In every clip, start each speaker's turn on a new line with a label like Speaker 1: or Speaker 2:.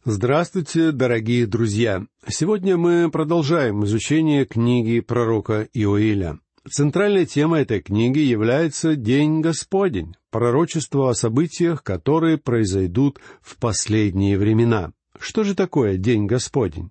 Speaker 1: Здравствуйте, дорогие друзья! Сегодня мы продолжаем изучение книги пророка Иоиля. Центральной темой этой книги является День Господень, пророчество о событиях, которые произойдут в последние времена. Что же такое День Господень?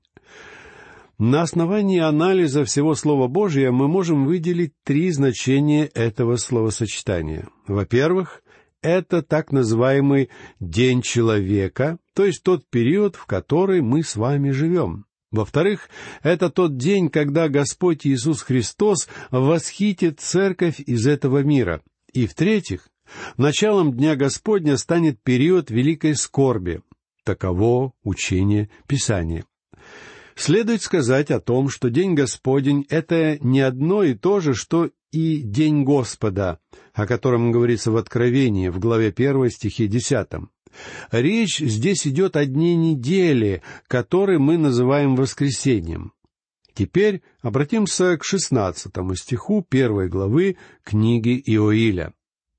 Speaker 1: На основании анализа всего Слова Божия мы можем выделить три значения этого словосочетания. Во-первых, это так называемый День человека, то есть тот период, в который мы с вами живем. Во-вторых, это тот день, когда Господь Иисус Христос восхитит церковь из этого мира. И в-третьих, началом Дня Господня станет период великой скорби. Таково учение Писания. Следует сказать о том, что День Господень — это не одно и то же, что и День Господа, о котором говорится в Откровении, в главе 1, стихе 10. Речь здесь идет о дне недели, который мы называем воскресением. Теперь обратимся к 16 стиху 1 главы книги Иоиля.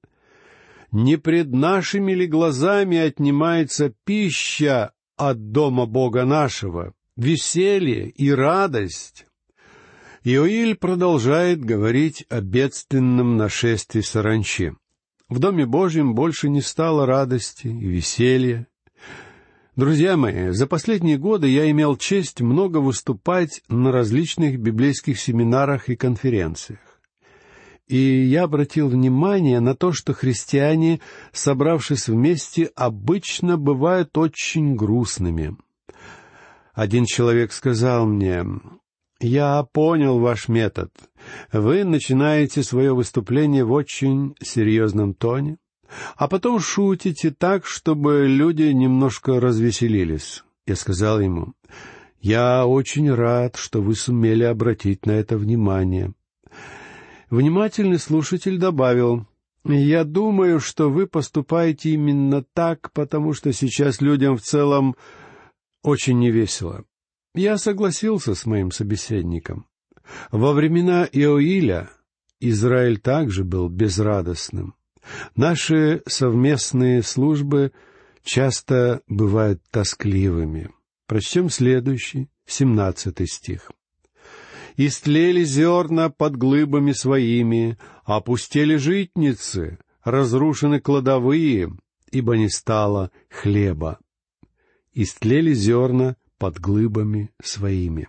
Speaker 1: «Не пред нашими ли глазами отнимается пища от дома Бога нашего, веселье и радость?» Иоиль продолжает говорить о бедственном нашествии саранчи. В Доме Божьем больше не стало радости и веселья. Друзья мои, за последние годы я имел честь много выступать на различных библейских семинарах и конференциях. И я обратил внимание на то, что христиане, собравшись вместе, обычно бывают очень грустными. Один человек сказал мне: «Я понял ваш метод. Вы начинаете свое выступление в очень серьезном тоне, а потом шутите так, чтобы люди немножко развеселились». Я сказал ему: «Я очень рад, что вы сумели обратить на это внимание». Внимательный слушатель добавил: «Я думаю, что вы поступаете именно так, потому что сейчас людям в целом очень невесело». Я согласился с моим собеседником. Во времена Иоиля Израиль также был безрадостным. Наши совместные службы часто бывают тоскливыми. Прочтем следующий, 17 стих. «Истлели зерна под глыбами своими, опустели житницы, разрушены кладовые, ибо не стало хлеба». Истлели зерна под глыбами своими.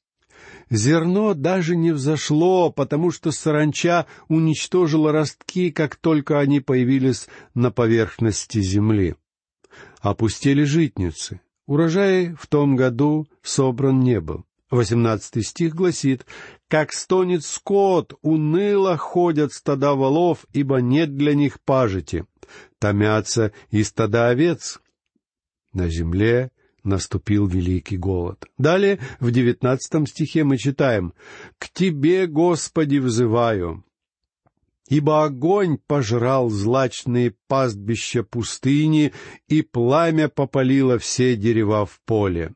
Speaker 1: Зерно даже не взошло, потому что саранча уничтожила ростки, как только они появились на поверхности земли. Опустели житницы. Урожай в том году собран не был. 18 стих гласит: «Как стонет скот, уныло ходят стада волов, ибо нет для них пажити. Томятся и стада овец». На земле наступил великий голод. Далее, в 19 стихе мы читаем: «К Тебе, Господи, взываю, ибо огонь пожрал злачные пастбища пустыни, и пламя попалило все дерева в поле».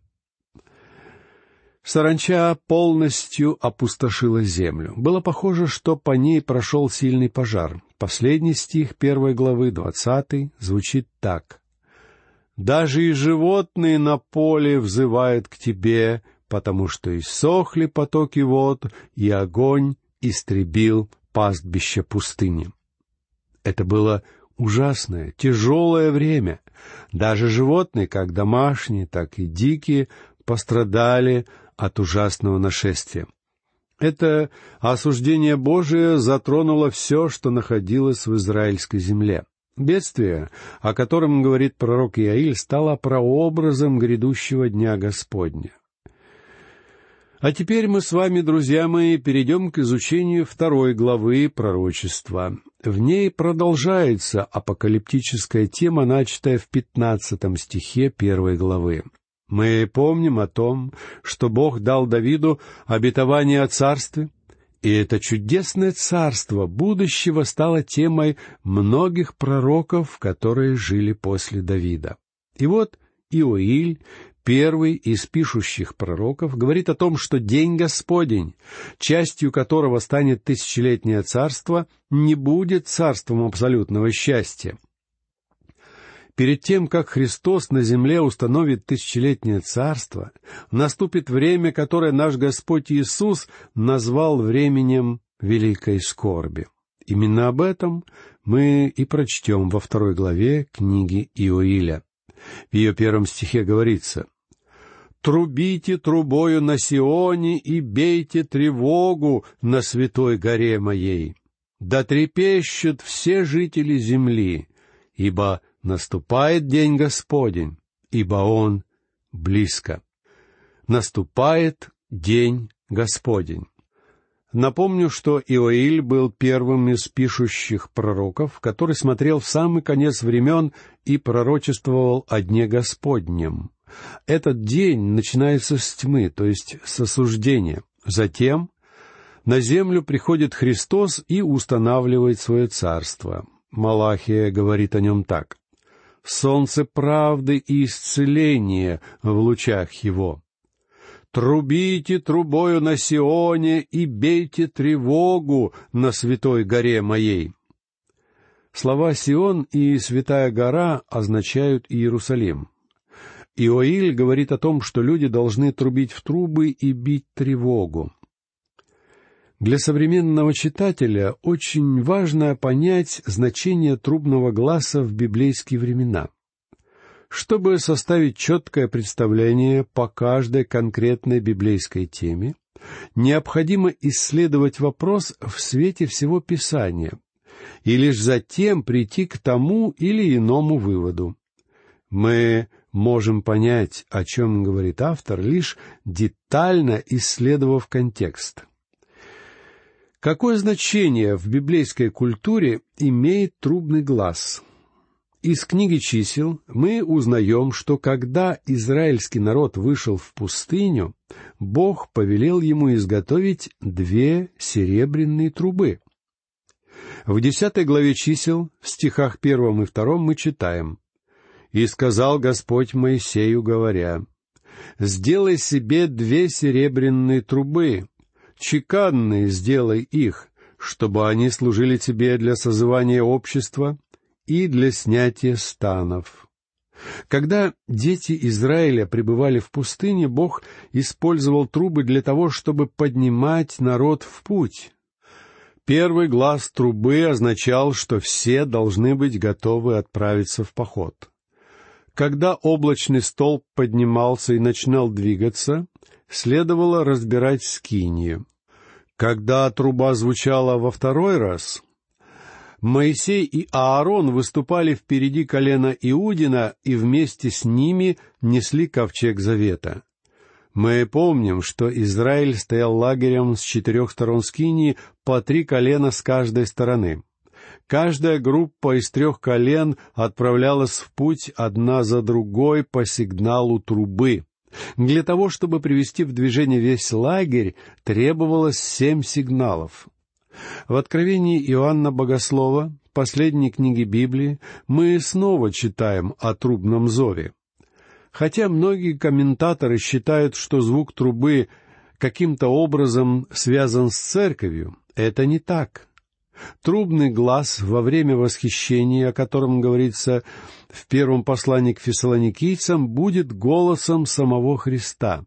Speaker 1: Саранча полностью опустошила землю. Было похоже, что по ней прошел сильный пожар. Последний стих 1 главы, 20, звучит так: «Даже и животные на поле взывают к Тебе, потому что иссохли потоки вод, и огонь истребил пастбище пустыни». Это было ужасное, тяжелое время. Даже животные, как домашние, так и дикие, пострадали от ужасного нашествия. Это осуждение Божие затронуло все, что находилось в израильской земле. Бедствие, о котором говорит пророк Иоиль, стало прообразом грядущего Дня Господня. А теперь мы с вами, друзья мои, перейдем к изучению 2 главы пророчества. В ней продолжается апокалиптическая тема, начатая в 15 стихе 1 главы. Мы помним о том, что Бог дал Давиду обетование о царстве, и это чудесное царство будущего стало темой многих пророков, которые жили после Давида. И вот Иоиль, первый из пишущих пророков, говорит о том, что День Господень, частью которого станет тысячелетнее царство, не будет царством абсолютного счастья. Перед тем, как Христос на земле установит тысячелетнее царство, наступит время, которое наш Господь Иисус назвал временем великой скорби. Именно об этом мы и прочтем во 2 главе книги Иоиля. В ее 1 стихе говорится: «Трубите трубою на Сионе и бейте тревогу на святой горе моей. Да трепещут все жители земли, ибо наступает день Господень, ибо Он близко». Наступает день Господень. Напомню, что Иоиль был первым из пишущих пророков, который смотрел в самый конец времен и пророчествовал о дне Господнем. Этот день начинается с тьмы, то есть с осуждения. Затем на землю приходит Христос и устанавливает свое царство. Малахия говорит о нем так: «Солнце правды и исцеления в лучах его. Трубите трубою на Сионе и бейте тревогу на святой горе моей». Слова «Сион» и «Святая гора» означают Иерусалим. Иоиль говорит о том, что люди должны трубить в трубы и бить тревогу. Для современного читателя очень важно понять значение трубного гласа в библейские времена. Чтобы составить четкое представление по каждой конкретной библейской теме, необходимо исследовать вопрос в свете всего Писания и лишь затем прийти к тому или иному выводу. Мы можем понять, о чем говорит автор, лишь детально исследовав контекст. Какое значение в библейской культуре имеет трубный глас? Из книги «Чисел» мы узнаем, что когда израильский народ вышел в пустыню, Бог повелел ему изготовить 2 серебряные трубы. В 10 главе «Чисел», в стихах 1 и 2 мы читаем: «И сказал Господь Моисею, говоря: сделай себе 2 серебряные трубы, чеканные сделай их, чтобы они служили тебе для созывания общества и для снятия станов». Когда дети Израиля пребывали в пустыне, Бог использовал трубы для того, чтобы поднимать народ в путь. Первый глас трубы означал, что все должны быть готовы отправиться в поход. Когда облачный столб поднимался и начинал двигаться, следовало разбирать скинию. Когда труба звучала во 2 раз, Моисей и Аарон выступали впереди колена Иудина и вместе с ними несли ковчег завета. Мы помним, что Израиль стоял лагерем с 4 сторон скинии, по 3 колена с каждой стороны. Каждая группа из 3 колен отправлялась в путь одна за другой по сигналу трубы. Для того, чтобы привести в движение весь лагерь, требовалось 7 сигналов. В Откровении Иоанна Богослова, последней книге Библии, мы снова читаем о трубном зове. Хотя многие комментаторы считают, что звук трубы каким-то образом связан с церковью, это не так. Трубный глас во время восхищения, о котором говорится в 1 послании к фессалоникийцам, будет голосом самого Христа,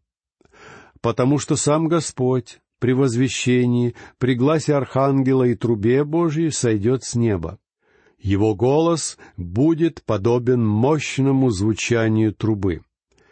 Speaker 1: потому что сам Господь при возвещении, при гласе архангела и трубе Божьей сойдет с неба. Его голос будет подобен мощному звучанию трубы.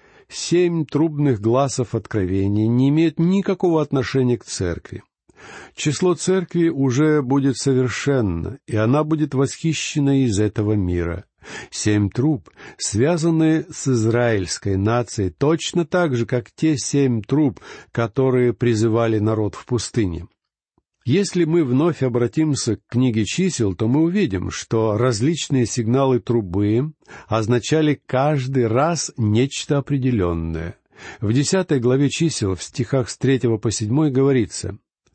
Speaker 1: 7 трубных гласов откровения не имеют никакого отношения к церкви. Число церкви уже будет совершенно, и она будет восхищена из этого мира. 7 труб связаны с израильской нацией точно так же, как те 7 труб, которые призывали народ в пустыне. Если мы вновь обратимся к книге «Чисел», то мы увидим, что различные сигналы трубы означали каждый раз нечто определенное. В 10 главе «Чисел» в стихах с 3 по 7 говорится: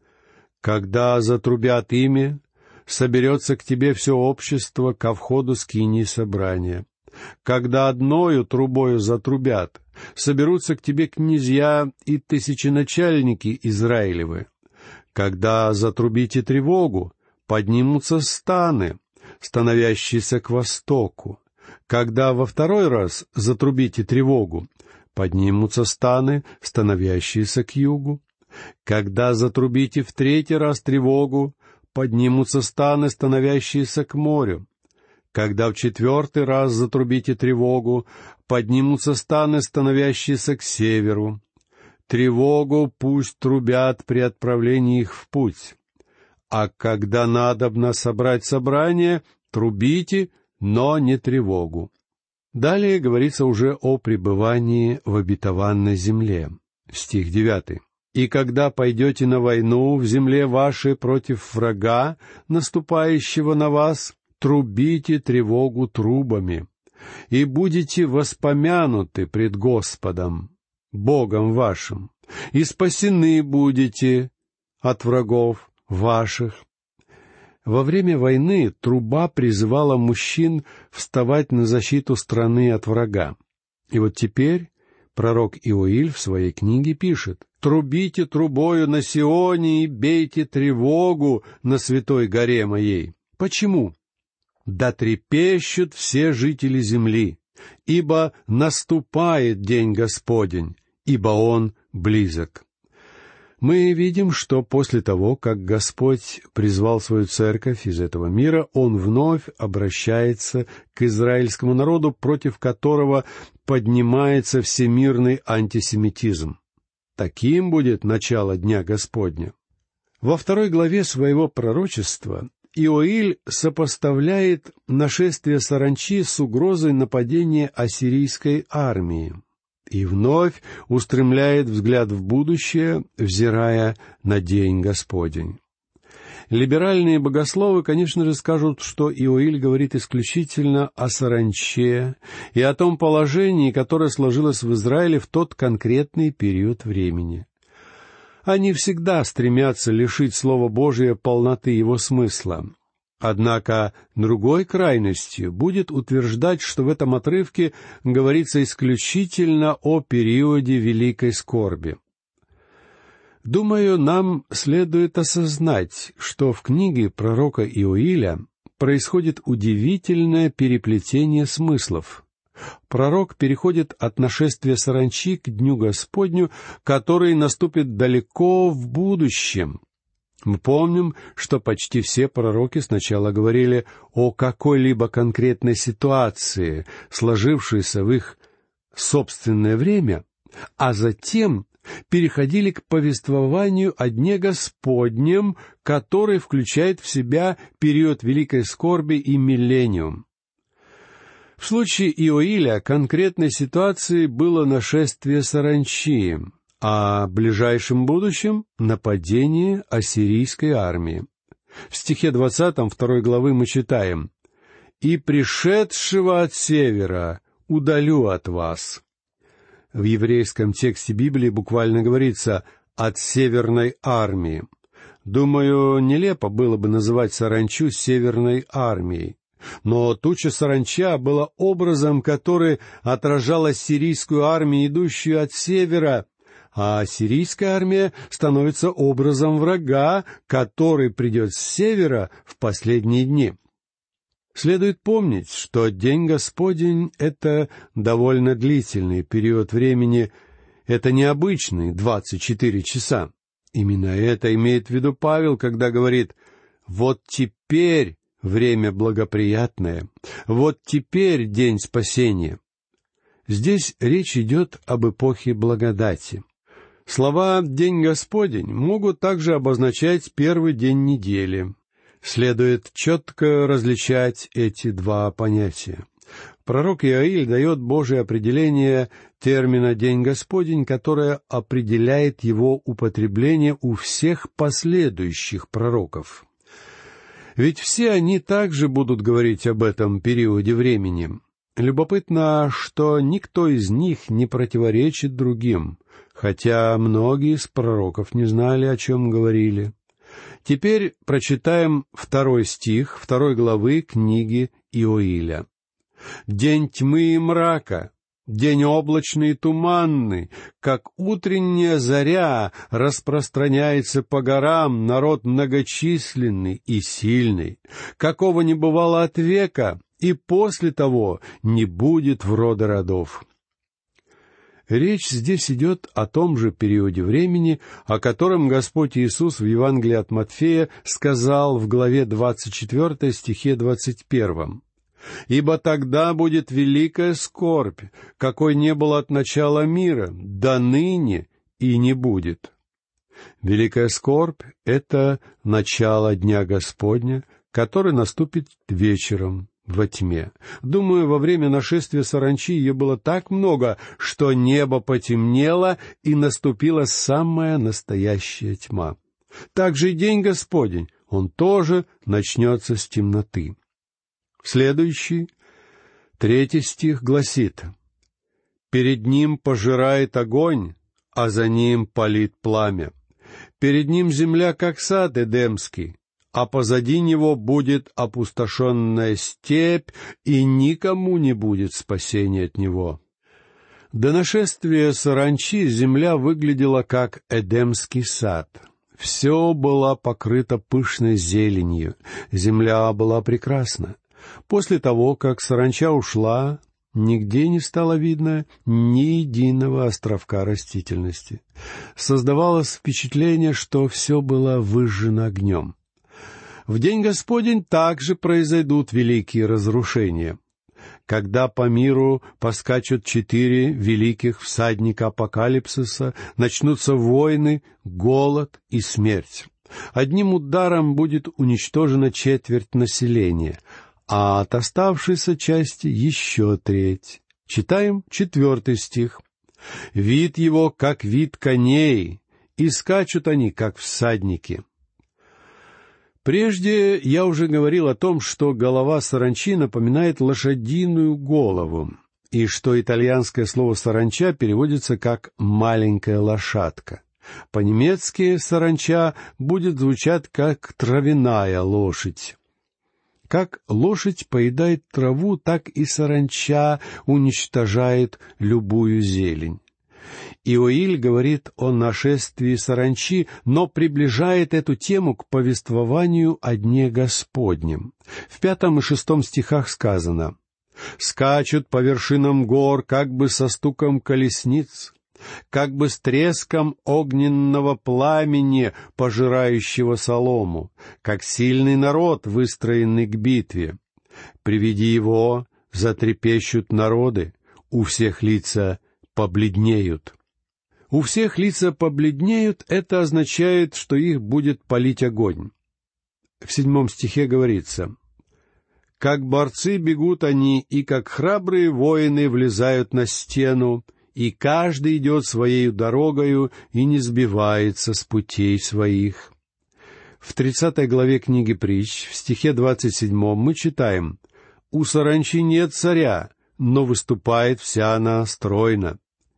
Speaker 1: «Когда затрубят ими, соберется к тебе все общество ко входу скинии собрания. Когда одною трубою затрубят, соберутся к тебе князья и тысяченачальники Израилевы. Когда затрубите тревогу, поднимутся станы, становящиеся к востоку. Когда во второй раз затрубите тревогу, поднимутся станы, становящиеся к югу. Когда затрубите в третий раз тревогу, поднимутся станы, становящиеся к морю. Когда в четвертый раз затрубите тревогу, поднимутся станы, становящиеся к северу. Тревогу пусть трубят при отправлении их в путь. А когда надобно собрать собрание, трубите, но не тревогу». Далее говорится уже о пребывании в обетованной земле. Стих 9. «И когда пойдете на войну в земле вашей против врага, наступающего на вас, трубите тревогу трубами, и будете воспомянуты пред Господом, Богом вашим, и спасены будете от врагов ваших». Во время войны труба призывала мужчин вставать на защиту страны от врага. И вот теперь пророк Иоиль в своей книге пишет: «Трубите трубою на Сионе и бейте тревогу на святой горе моей». Почему? «Да трепещут все жители земли, ибо наступает день Господень, ибо он близок». Мы видим, что после того, как Господь призвал свою церковь из этого мира, Он вновь обращается к израильскому народу, против которого поднимается всемирный антисемитизм. Таким будет начало Дня Господня. Во 2 главе своего пророчества Иоиль сопоставляет нашествие саранчи с угрозой нападения ассирийской армии и вновь устремляет взгляд в будущее, взирая на день Господень. Либеральные богословы, конечно же, скажут, что Иоиль говорит исключительно о саранче и о том положении, которое сложилось в Израиле в тот конкретный период времени. Они всегда стремятся лишить Слова Божия полноты его смысла. Однако другой крайностью будет утверждать, что в этом отрывке говорится исключительно о периоде великой скорби. Думаю, нам следует осознать, что в книге пророка Иоиля происходит удивительное переплетение смыслов. Пророк переходит от нашествия саранчи к Дню Господню, который наступит далеко в будущем. Мы помним, что почти все пророки сначала говорили о какой-либо конкретной ситуации, сложившейся в их собственное время, а затем переходили к повествованию о Дне Господнем, который включает в себя период великой скорби и миллениум. В случае Иоиля конкретной ситуацией было нашествие саранчи, а в ближайшем будущем — нападение ассирийской армии. В стихе 20 2 главы мы читаем: «И пришедшего от севера удалю от вас». В еврейском тексте Библии буквально говорится «от северной армии». Думаю, нелепо было бы называть саранчу северной армией. Но туча саранча была образом, который отражал ассирийскую армию, идущую от севера, а ассирийская армия становится образом врага, который придет с севера в последние дни. Следует помнить, что День Господень — это довольно длительный период времени, это необычные 24 часа. Именно это имеет в виду Павел, когда говорит: «Вот теперь время благоприятное, вот теперь день спасения». Здесь речь идет об эпохе благодати. Слова «День Господень» могут также обозначать первый день недели. Следует четко различать эти два понятия. Пророк Иоиль дает Божие определение термина «День Господень», которое определяет его употребление у всех последующих пророков. Ведь все они также будут говорить об этом периоде времени. Любопытно, что никто из них не противоречит другим, хотя многие из пророков не знали, о чем говорили. Теперь прочитаем 2 стих 2 главы книги Иоиля. «День тьмы и мрака, день облачный и туманный, как утренняя заря распространяется по горам народ многочисленный и сильный, какого не бывало от века, и после того не будет врода родов». Речь здесь идет о том же периоде времени, о котором Господь Иисус в Евангелии от Матфея сказал в главе 24 стихе 21. «Ибо тогда будет великая скорбь, какой не было от начала мира, до ныне и не будет». Великая скорбь — это начало Дня Господня, который наступит вечером, во тьме. Думаю, во время нашествия саранчи ее было так много, что небо потемнело, и наступила самая настоящая тьма. Также и День Господень, он тоже начнется с темноты. Следующий, 3 стих гласит: «Перед ним пожирает огонь, а за ним палит пламя. Перед ним земля, как сад Эдемский, а позади него будет опустошенная степь, и никому не будет спасения от него». До нашествия саранчи земля выглядела как Эдемский сад. Все было покрыто пышной зеленью, земля была прекрасна. После того, как саранча ушла, нигде не стало видно ни единого островка растительности. Создавалось впечатление, что все было выжжено огнем. В День Господень также произойдут великие разрушения. Когда по миру поскачут 4 великих всадника апокалипсиса, начнутся войны, голод и смерть. Одним ударом будет уничтожена 1/4 населения, а от оставшейся части еще 1/3. Читаем 4 стих. «Вид его, как вид коней, и скачут они, как всадники». Прежде я уже говорил о том, что голова саранчи напоминает лошадиную голову, и что итальянское слово «саранча» переводится как «маленькая лошадка». По-немецки «саранча» будет звучать как «травяная лошадь». Как лошадь поедает траву, так и саранча уничтожает любую зелень. Иоиль говорит о нашествии саранчи, но приближает эту тему к повествованию о Дне Господнем. В 5 и 6 стихах сказано: «Скачут по вершинам гор, как бы со стуком колесниц, как бы с треском огненного пламени, пожирающего солому, как сильный народ, выстроенный к битве. При виде его затрепещут народы, у всех лица побледнеют». У всех лица побледнеют — это означает, что их будет палить огонь. В 7 стихе говорится: «Как борцы бегут они, и как храбрые воины влезают на стену, и каждый идет своею дорогою и не сбивается с путей своих». В 30 главе книги Притч, в стихе 27 мы читаем: «У саранчи нет царя, но выступает вся она стройно».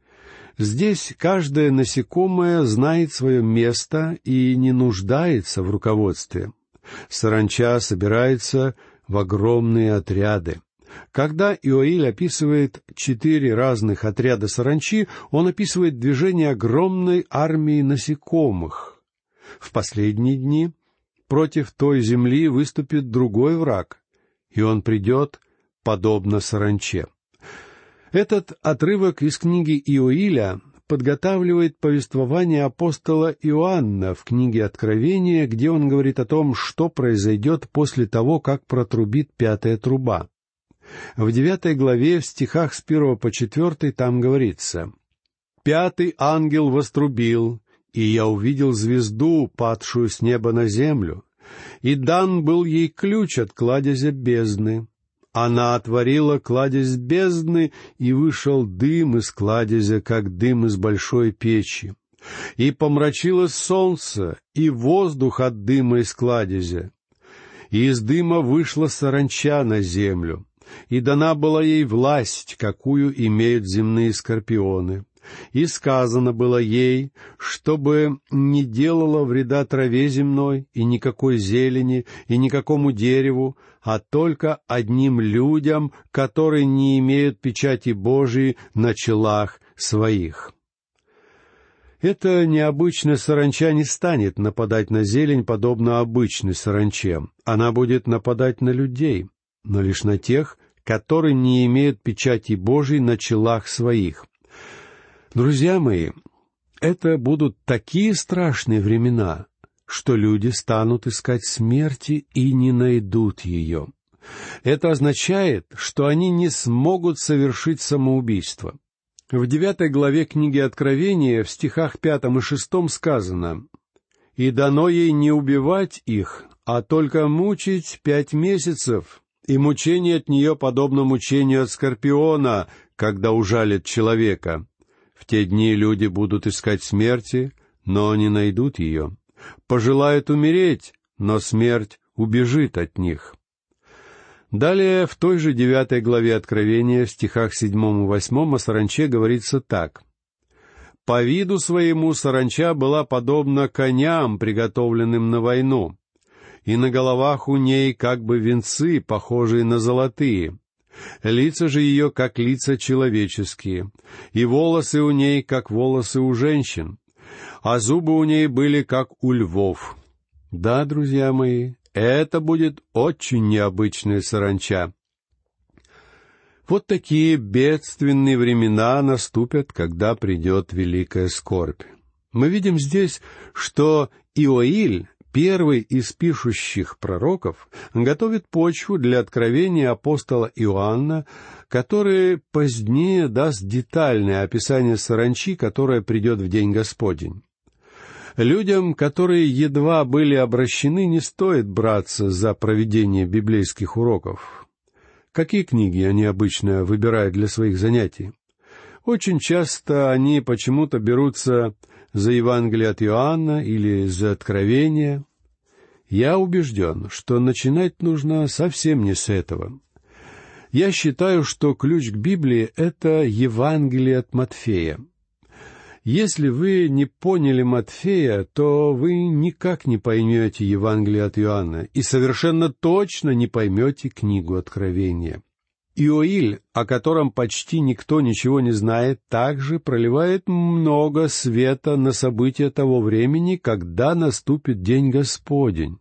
Speaker 1: Здесь каждое насекомое знает свое место и не нуждается в руководстве. Саранча собирается в огромные отряды. Когда Иоиль описывает 4 разных отряда саранчи, он описывает движение огромной армии насекомых. В последние дни против той земли выступит другой враг, и он придет подобно саранче. Этот отрывок из книги Иоиля подготавливает повествование апостола Иоанна в книге Откровения, где он говорит о том, что произойдет после того, как протрубит 5-я труба. В 9 главе, в стихах с 1 по 4, там говорится: «5-й ангел вострубил, и я увидел звезду, падшую с неба на землю, и дан был ей ключ от кладезя бездны. Она отворила кладезь бездны, и вышел дым из кладезя, как дым из большой печи. И помрачилось солнце, и воздух от дыма из кладезя. И из дыма вышла саранча на землю, и дана была ей власть, какую имеют земные скорпионы. И сказано было ей, чтобы не делала вреда траве земной, и никакой зелени, и никакому дереву, а только одним людям, которые не имеют печати Божией на челах своих». Эта необычная саранча не станет нападать на зелень, подобно обычной саранче. Она будет нападать на людей. но лишь на тех, которые не имеют печати Божией на челах своих. Друзья мои, это будут такие страшные времена, что люди станут искать смерти и не найдут ее. Это означает, что они не смогут совершить самоубийство. В 9 главе книги Откровения, в стихах 5 и 6 сказано: «И дано ей не убивать их, а только мучить 5 месяцев, и мучение от нее подобно мучению от скорпиона, когда ужалит человека. В те дни люди будут искать смерти, но не найдут ее. Пожелают умереть, но смерть убежит от них». Далее, в той же 9 главе Откровения, в стихах 7 и 8 о саранче говорится так: «По виду своему саранча была подобна коням, приготовленным на войну, и на головах у ней как бы венцы, похожие на золотые. Лица же ее, как лица человеческие, и волосы у ней, как волосы у женщин, а зубы у ней были, как у львов». Да, друзья мои, это будет очень необычная саранча. Вот такие бедственные времена наступят, когда придет великая скорбь. Мы видим здесь, что Иоиль, первый из пишущих пророков, готовит почву для откровения апостола Иоанна, который позднее даст детальное описание саранчи, которая придет в день Господень. Людям, которые едва были обращены, не стоит браться за проведение библейских уроков. Какие книги они обычно выбирают для своих занятий? Очень часто они почему-то берутся за Евангелие от Иоанна или за Откровение. Я убежден, что начинать нужно совсем не с этого. Я считаю, что ключ к Библии — это Евангелие от Матфея. Если вы не поняли Матфея, то вы никак не поймете Евангелие от Иоанна и совершенно точно не поймете книгу Откровения. Иоиль, о котором почти никто ничего не знает, также проливает много света на события того времени, когда наступит День Господень.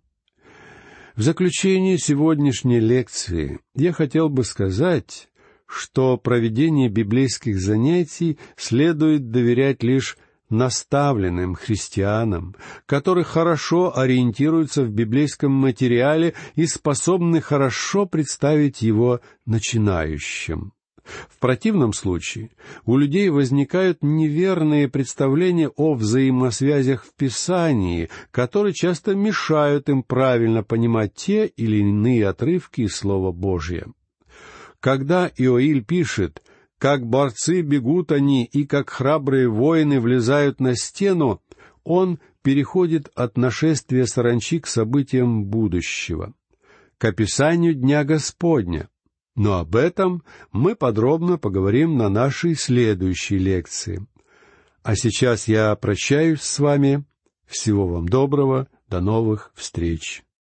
Speaker 1: В заключение сегодняшней лекции я хотел бы сказать, что проведение библейских занятий следует доверять лишь наставленным христианам, которые хорошо ориентируются в библейском материале и способны хорошо представить его начинающим. В противном случае у людей возникают неверные представления о взаимосвязях в Писании, которые часто мешают им правильно понимать те или иные отрывки из Слова Божия. Когда Иоиль пишет: «Как борцы бегут они, и как храбрые воины влезают на стену», он переходит от нашествия саранчи к событиям будущего, к описанию Дня Господня. Но об этом мы подробно поговорим на нашей следующей лекции. А сейчас я прощаюсь с вами. Всего вам доброго. До новых встреч.